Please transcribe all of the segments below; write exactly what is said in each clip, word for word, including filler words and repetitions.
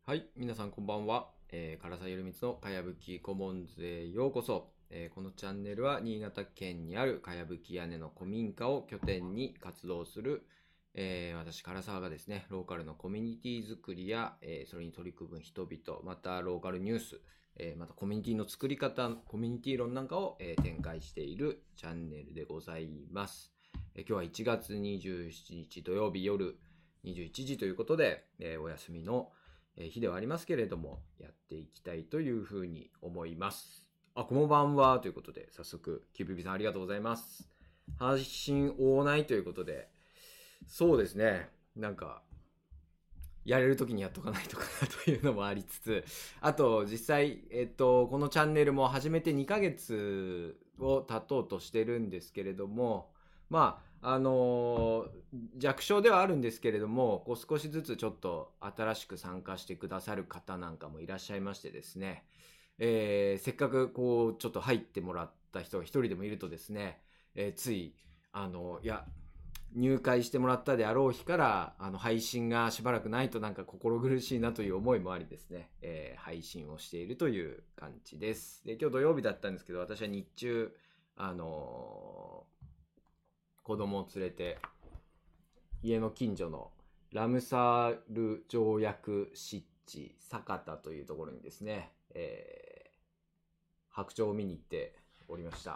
はい、皆さんこんばんは。えー、唐沢ゆるみつのかやぶきコモンズへようこそ。えー、このチャンネルは新潟県にあるかやぶき屋根の古民家を拠点に活動する、えー、私唐沢がですね、ローカルのコミュニティ作りや、えー、それに取り組む人々、またローカルニュース、えー、またコミュニティの作り方、コミュニティ論なんかを、えー、展開しているチャンネルでございます。えー、今日はいちがつにじゅうしちにち土曜日夜にじゅういちじということで、えー、お休みの日ではありますけれども、やっていきたいというふうに思います。あ、こんばんはということで、早速、キューピーピーさんありがとうございます。配信大内ということで、そうですね、なんか、やれるときにやっとかないとかなというのもありつつ、あと実際、えっと、このチャンネルも始めてにかげつを経とうとしてるんですけれども、まあ、あのー、弱小ではあるんですけれども、こう少しずつちょっと新しく参加してくださる方なんかもいらっしゃいましてですね、えー、せっかくこうちょっと入ってもらった人が一人でもいるとですね、えー、つい、あの、いや、入会してもらったであろう日からあの配信がしばらくないとなんか心苦しいなという思いもありですね、えー、配信をしているという感じです。で、今日土曜日だったんですけど、私は日中、あのー子供を連れて家の近所のラムサール条約湿地酒田というところにですね、えー、白鳥を見に行っておりました。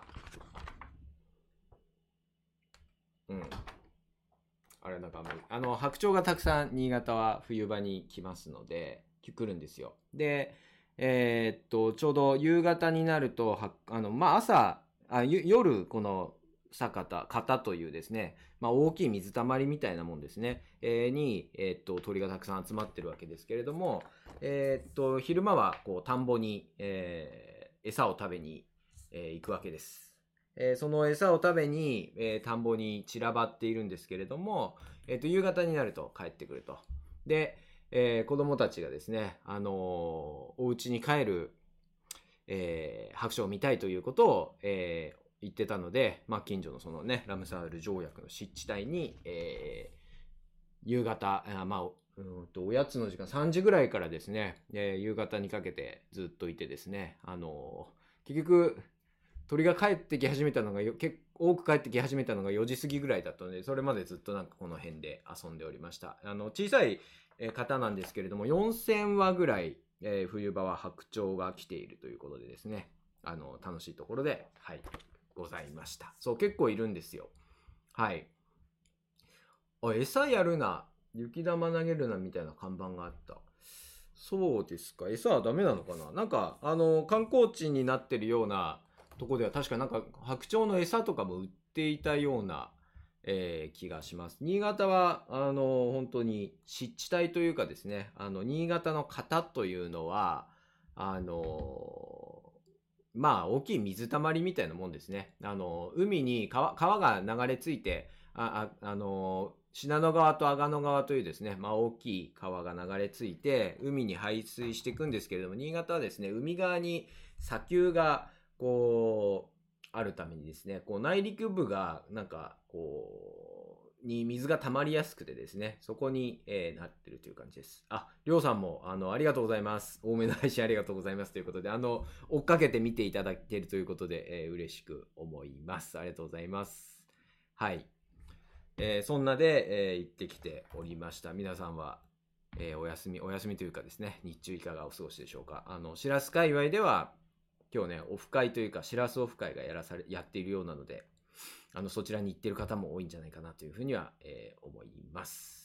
うん。あれなんかあんまりあの白鳥がたくさん新潟は冬場に来ますので来るんですよ。で、えー、っとちょうど夕方になるとはあのまあ朝あ夜この酒田、潟というですね、まあ、大きい水たまりみたいなもんですね、えー、に、えー、っと鳥がたくさん集まってるわけですけれども、えー、っと昼間はこう田んぼに、えー、餌を食べに、えー、行くわけです。えー、その餌を食べに、えー、田んぼに散らばっているんですけれども、えー、と夕方になると帰ってくると。で、えー、子供たちがですね、あのー、お家に帰る、えー、白鳥を見たいということを、えー、言ってたので、まあ、近所のそのね、ラムサール条約の湿地帯に、えー、夕方、あまあ、うんと、おやつの時間さんじぐらいからですね、えー、夕方にかけてずっといてですね、あのー、結局、鳥が帰ってき始めたのが結構多く帰ってき始めたのがよじ過ぎぐらいだったので、それまでずっとなんかこの辺で遊んでおりました。あの小さい方なんですけれども、よんせんわぐらい、えー、冬場は白鳥が来ているということでですね、あの楽しいところで、はい、ございました。そう結構いるんですよ。はい。あ、餌やるな、雪玉投げるなみたいな看板があった。そうですか。餌はダメなのかな。なんかあの観光地になってるようなとこでは確かなんか白鳥の餌とかも売っていたような、えー気がします。新潟はあの本当に湿地帯というかですね、あの新潟の潟というのはあのまあ大きい水たまりみたいなもんですね。あの海に川川が流れ着いて、あああの信濃川と阿賀野川というですね、まあ、大きい川が流れ着いて海に排水していくんですけれども、新潟はですね、海側に砂丘がこうあるためにですね、こう内陸部がなんかこうに水が溜まりやすくてですね、そこに、えーなってるという感じです。あ、りょうさんもあのありがとうございます。多めの配信ありがとうございますということで、あの追っかけて見ていただいているということで、えー嬉しく思います。ありがとうございます。はい。えーそんなで、えー行ってきておりました。皆さんは、えーお休み、お休みというかですね、日中いかがお過ごしでしょうか。あの、しらす界隈では、今日ね、オフ会というか、しらすオフ会がやらされ、やっているようなので、あの、そちらに行っている方も多いんじゃないかなというふうには、えー思います。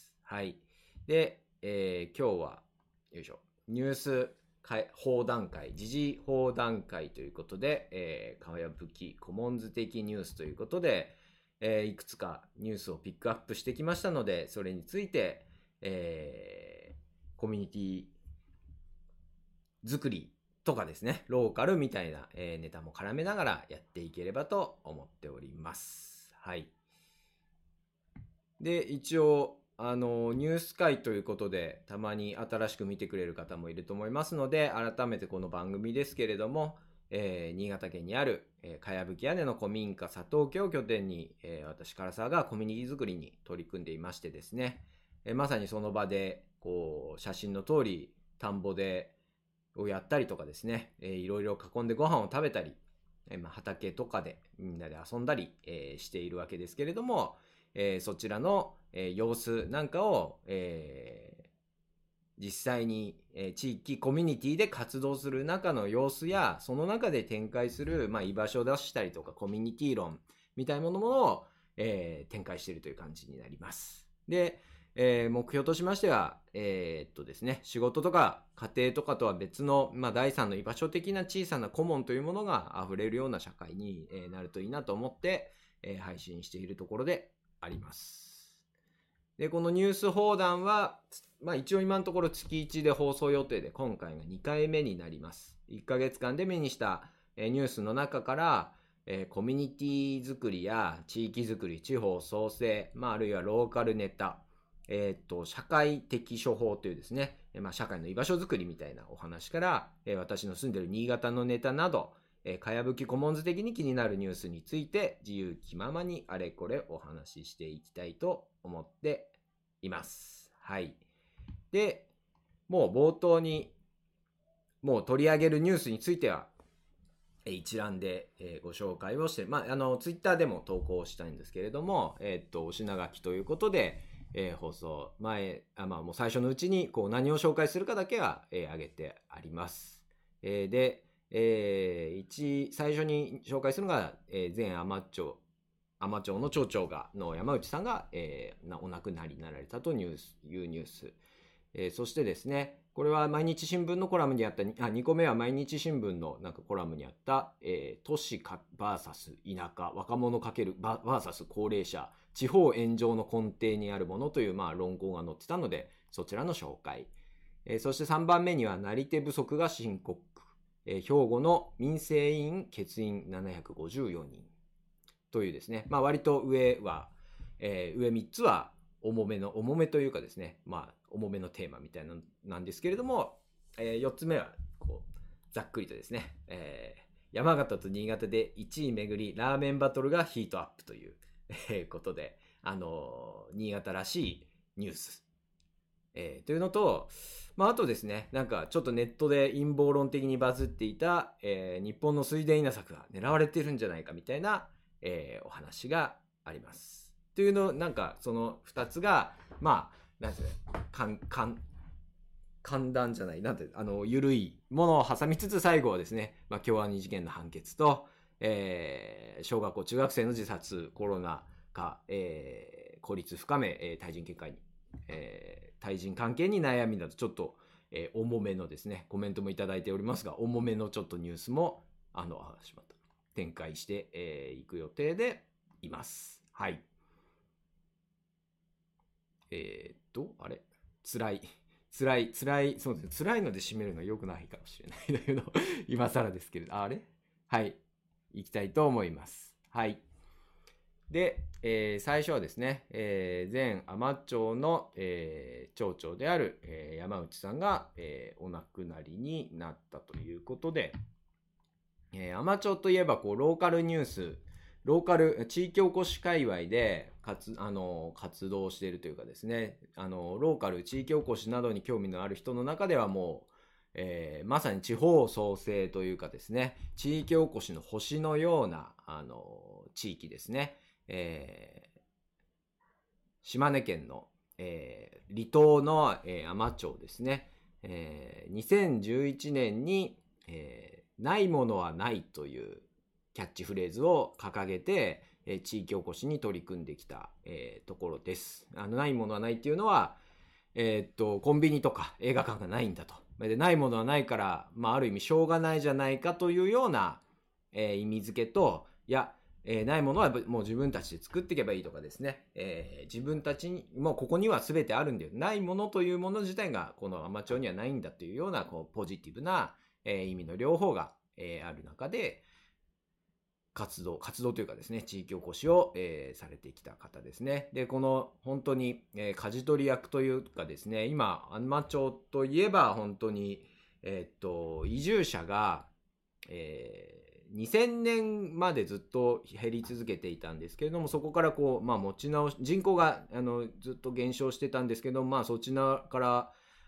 はい。で、えー今日は、よいしょ、ニュース放談会、時事放談会ということで、えー、かやぶきコモンズ的ニュースということで、えーいくつかニュースをピックアップしてきましたので、それについて、えーコミュニティ作りとかですね、ローカルみたいな、えーネタも絡めながらやっていければと思っております。はい。で、一応、あの、ニュース会ということで、たまに新しく見てくれる方もいると思いますので、改めてこの番組ですけれども、えー新潟県にある、えーかやぶき屋根の古民家佐藤家を拠点に、えー私唐沢がコミュニティ作りに取り組んでいましてですね、えーまさにその場で、こう、写真の通り、 田んぼでをやったりとかですね、えー、いろいろ囲んでご飯を食べたり、えーまあ、畑とかでみんなで遊んだり、えー、しているわけですけれども、えー、そちらの、えー、様子なんかを、えー、実際に、えー、地域コミュニティで活動する中の様子や、その中で展開する、まあ、居場所を出したりとかコミュニティ論みたいなものを、えー、展開しているという感じになります。で、えー、目標としましては、えー、っとですね、仕事とか家庭とかとは別の、まあ、第三の居場所的な小さなコモンというものが溢れるような社会に、えー、なるといいなと思って、えー、配信しているところであります。で、このニュース放談は、まあ一応今のところ月いちで放送予定で、今回がにかいめになります。いっかげつかんで目にしたニュースの中から、えー、コミュニティ作りや地域作り、地方創生、まああるいはローカルネタ、えっと、社会的処方というですね、まあ社会の居場所作りみたいなお話から、えー、私の住んでる新潟のネタなど、えー、かやぶきコモンズ的に気になるニュースについて自由気ままにあれこれお話ししていきたいと思っています。はい。で、もう冒頭にもう取り上げるニュースについては一覧でご紹介をして、まあ、あの、ツイッターでも投稿したいんですけれども、えっと、お品書きということで、えー、放送前、あ、まあ、もう最初のうちにこう何を紹介するかだけは、えー、挙げてあります。えー、で、えー、一、最初に紹介するのが、えー、前海士町、海士町の町長が、の山内さんが、えー、お亡くなりになられたとニュース、いうニュース。えー、そしてですね、これは毎日新聞のコラムにあった、あ、にこめは毎日新聞のなんかコラムにあった、えー、都市か ブイエス 田舎、若者かける ブイエス 高齢者、地方炎上の根底にあるものという、まあ、論考が載ってたので、そちらの紹介。えー、そしてさんばんめには、なり手不足が深刻。えー、兵庫の民生委員欠員ななひゃくごじゅうよにん。というですね、まあ、割と上は、えー、上みっつは、重めの、重めというかですね、まあ、重めのテーマみたいななんですけれども、えー、よっつめは、こう、ざっくりとですね、えー、山形と新潟でいちい巡り、ラーメンバトルがヒートアップという、えー、ことで、あのー、新潟らしいニュース。えー、というのと、まあ、あとですね、なんかちょっとネットで陰謀論的にバズっていた、えー、日本の水田稲作が狙われてるんじゃないかみたいな、えー、お話があります。というの、なんかそのふたつが、まあ、なんていうの、かん、かん、簡単じゃない、なんて、あの、ゆるいものを挟みつつ、最後はですね、まあ、京アニ事件の判決と、えー、小学校、中学生の自殺、コロナ禍、えー、孤立深め、えー、対人結界に、えー、対人関係に悩みなど、ちょっと、えー、重めのですね、コメントもいただいておりますが、重めのちょっとニュースも、あの、あ、しまった。展開してい、えー、く予定でいます。はい。えー、っと、あれ辛い。辛い、辛い、そうですね。辛いので締めるのは良くないかもしれないというのを今更ですけれど、あれはい。行きたいと思います。はい。で、えー、最初はですね、えー、前海士町の、えー、町長である、えー、山内さんが、えー、お亡くなりになったということで、えー、海士町といえばこうローカルニュース、ローカル地域おこし界隈で活あの活動しているというかですね、あのローカル地域おこしなどに興味のある人の中ではもう、えー、まさに地方創生というかですね、地域おこしの星のようなあの地域ですね。えー、島根県の、えー、離島の、えー、海士町ですね、えー、にせんじゅういちねんに、えー、ないものはないというキャッチフレーズを掲げて、えー、地域おこしに取り組んできた、えー、ところです。あのないものはないっていうのは、えー、っとコンビニとか映画館がないんだと。でないものはないから、まあ、ある意味しょうがないじゃないかというような、えー、意味付けと、いやえー、ないものはもう自分たちで作っていけばいいとかですね、えー、自分たちにもうここには全てあるんだよ、ないものというもの自体がこの海士町にはないんだというようなこうポジティブな、えー、意味の両方が、えー、ある中で活動活動というかですね、地域おこしを、えー、されてきた方ですね。でこの本当に、えー、舵取り役というかですね、今海士町といえば本当にえー、っと移住者が、えーにせんねんまでずっと減り続けていたんですけれども、そこからこう、まあ、持ち直し人口があのずっと減少してたんですけど、まあ、そちらから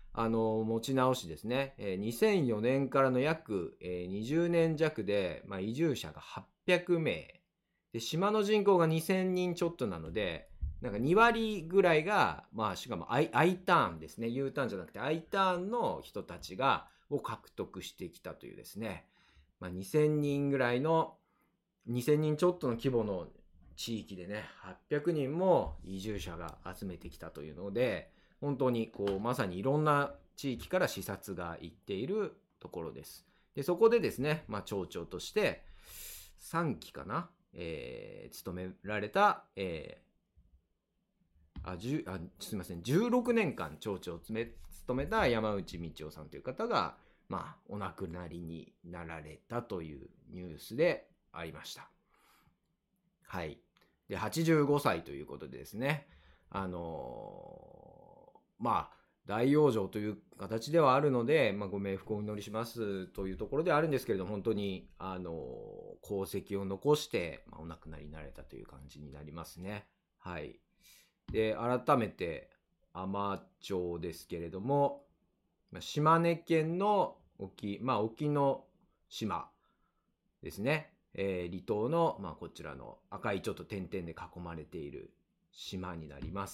あの、持ち直しですね、えー、にせんよねんからの約、えー、にじゅうねん弱で、まあ、移住者がはっぴゃくめい。で、島の人口がにせんにんちょっとなので、なんかに割ぐらいが、まあ、しかも I, I ターンですね。U ターンじゃなくて I ターンの人たちが、を獲得してきたというですね。まあ、にせんにんぐらいの、にせんにんちょっとの規模の地域でね、はっぴゃくにんも移住者が集めてきたというので、本当にこう、まさにいろんな地域から視察が行っているところです。で、そこでですね、まあ、町長として、さんきかな、えー、務められた、えー、あ、じゅあすみません、じゅうろくねんかん町長を務め、務めた山内道夫さんという方が、まあ、お亡くなりになられたというニュースでありました。はい。で、はちじゅうごさいということでですね、あのー、まあ、大往生という形ではあるので、まあ、ご冥福をお祈りしますというところではあるんですけれども、本当に、あのー、功績を残して、まあ、お亡くなりになられたという感じになりますね。はい。で、改めて、海士町ですけれども、島根県の沖、まあ、沖の島ですね。えー、離島の、まあ、こちらの赤いちょっと点々で囲まれている島になります。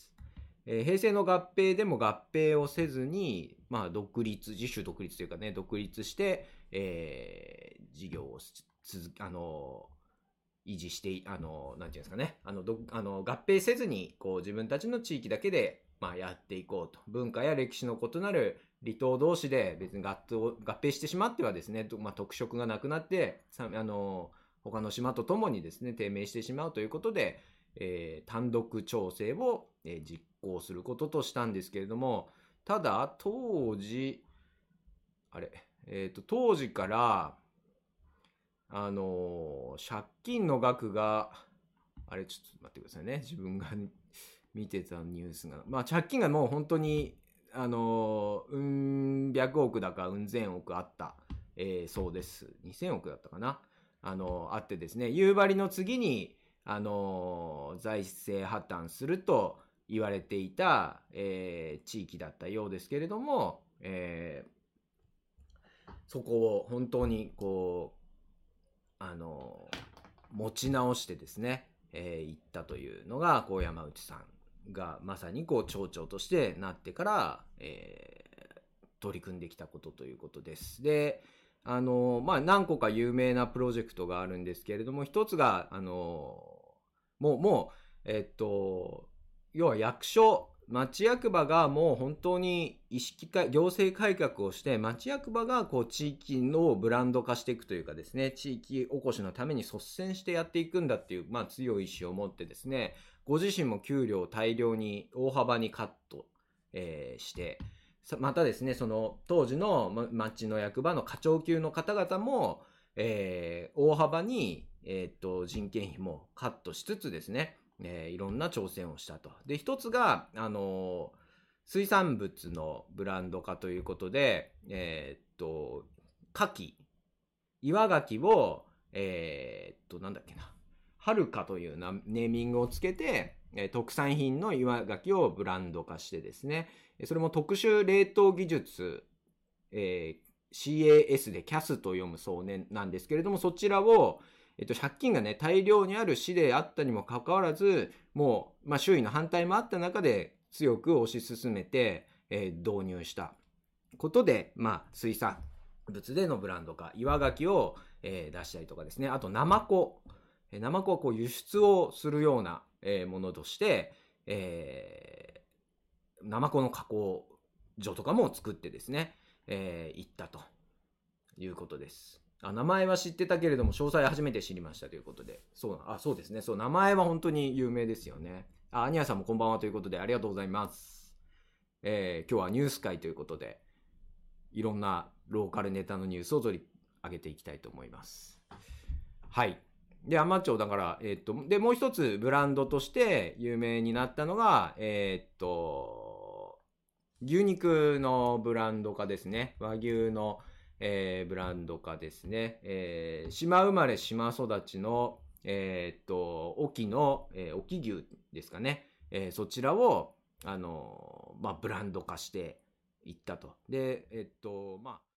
えー、平成の合併でも合併をせずに、まあ、独立、自主独立というかね、独立して、えー、事業を続あの維持して、あの、なんていうんですかね、あの、どあの合併せずに、こう、自分たちの地域だけで、まあ、やっていこうと。文化や歴史の異なる離島同士で別に合合併してしまってはですね、まあ、特色がなくなって、あの、他の島とともにですね、低迷してしまうということで、えー、単独調整を、えー、実行することとしたんですけれども、ただ、当時、あれ、えっと、当時から、あのー、借金の額が、あれ、ちょっと待ってくださいね。自分が見てたニュースが。まあ、借金がもう本当に、あのー、うん百億だか、うん千億あった、えー、そうです。にせんおくだったかな。あのー、あってですね、夕張の次に、あのー、財政破綻すると言われていた、えー、地域だったようですけれども、えー、そこを本当にこう、あの持ち直してですね、えー、行ったというのがこう山内さんがまさにこう町長としてなってから、えー、取り組んできたことということです。で、あのまあ何個か有名なプロジェクトがあるんですけれども、一つがあのもうもうえっと要は役所町役場がもう本当に意識改行政改革をして町役場がこう地域のブランド化していくというかですね、地域おこしのために率先してやっていくんだっていう、まあ、強い意志を持ってですね、ご自身も給料を大量に大幅にカット、えー、してまたですね、その当時の町の役場の課長級の方々も、えー、大幅に、えー、っと人件費もカットしつつですね、えー、いろんな挑戦をしたと。で、一つが、あのー、水産物のブランド化ということで、えー、っと、牡蠣、岩牡蠣を、えー、っと、なんだっけな、はるかというなネーミングをつけて、えー、特産品の岩牡蠣をブランド化してですね、それも特殊冷凍技術、えー、シーエーエス で キャス と読むそうなんですけれども、そちらを、えっと、借金がね、大量にある市であったにもかかわらず、もう、まあ、周囲の反対もあった中で強く推し進めて、えー、導入したことで、まあ、水産物でのブランド化、岩牡蠣を、えー、出したりとかですね、あと、ナマコ。ナマコはこう輸出をするような、えー、ものとして、えー、ナマコの加工所とかも作ってですね、えー、行ったということです。あ、名前は知ってたけれども詳細初めて知りましたということで、そうあそうですね、そう名前は本当に有名ですよね。あ、アニヤさんもこんばんはということでありがとうございます。えー、今日はニュース会ということで、いろんなローカルネタのニュースを取り上げていきたいと思います。はい。で、海士町だから、えー、っと、で、もう一つブランドとして有名になったのが、えー、っと、牛肉のブランド化ですね。和牛の、えー、ブランド化ですね。えー、島生まれ島育ちの、えー、っと、沖の、えー、沖牛ですかね。えー、そちらを、あのー、まあ、ブランド化して、 行ったと。で、えっと、まあ、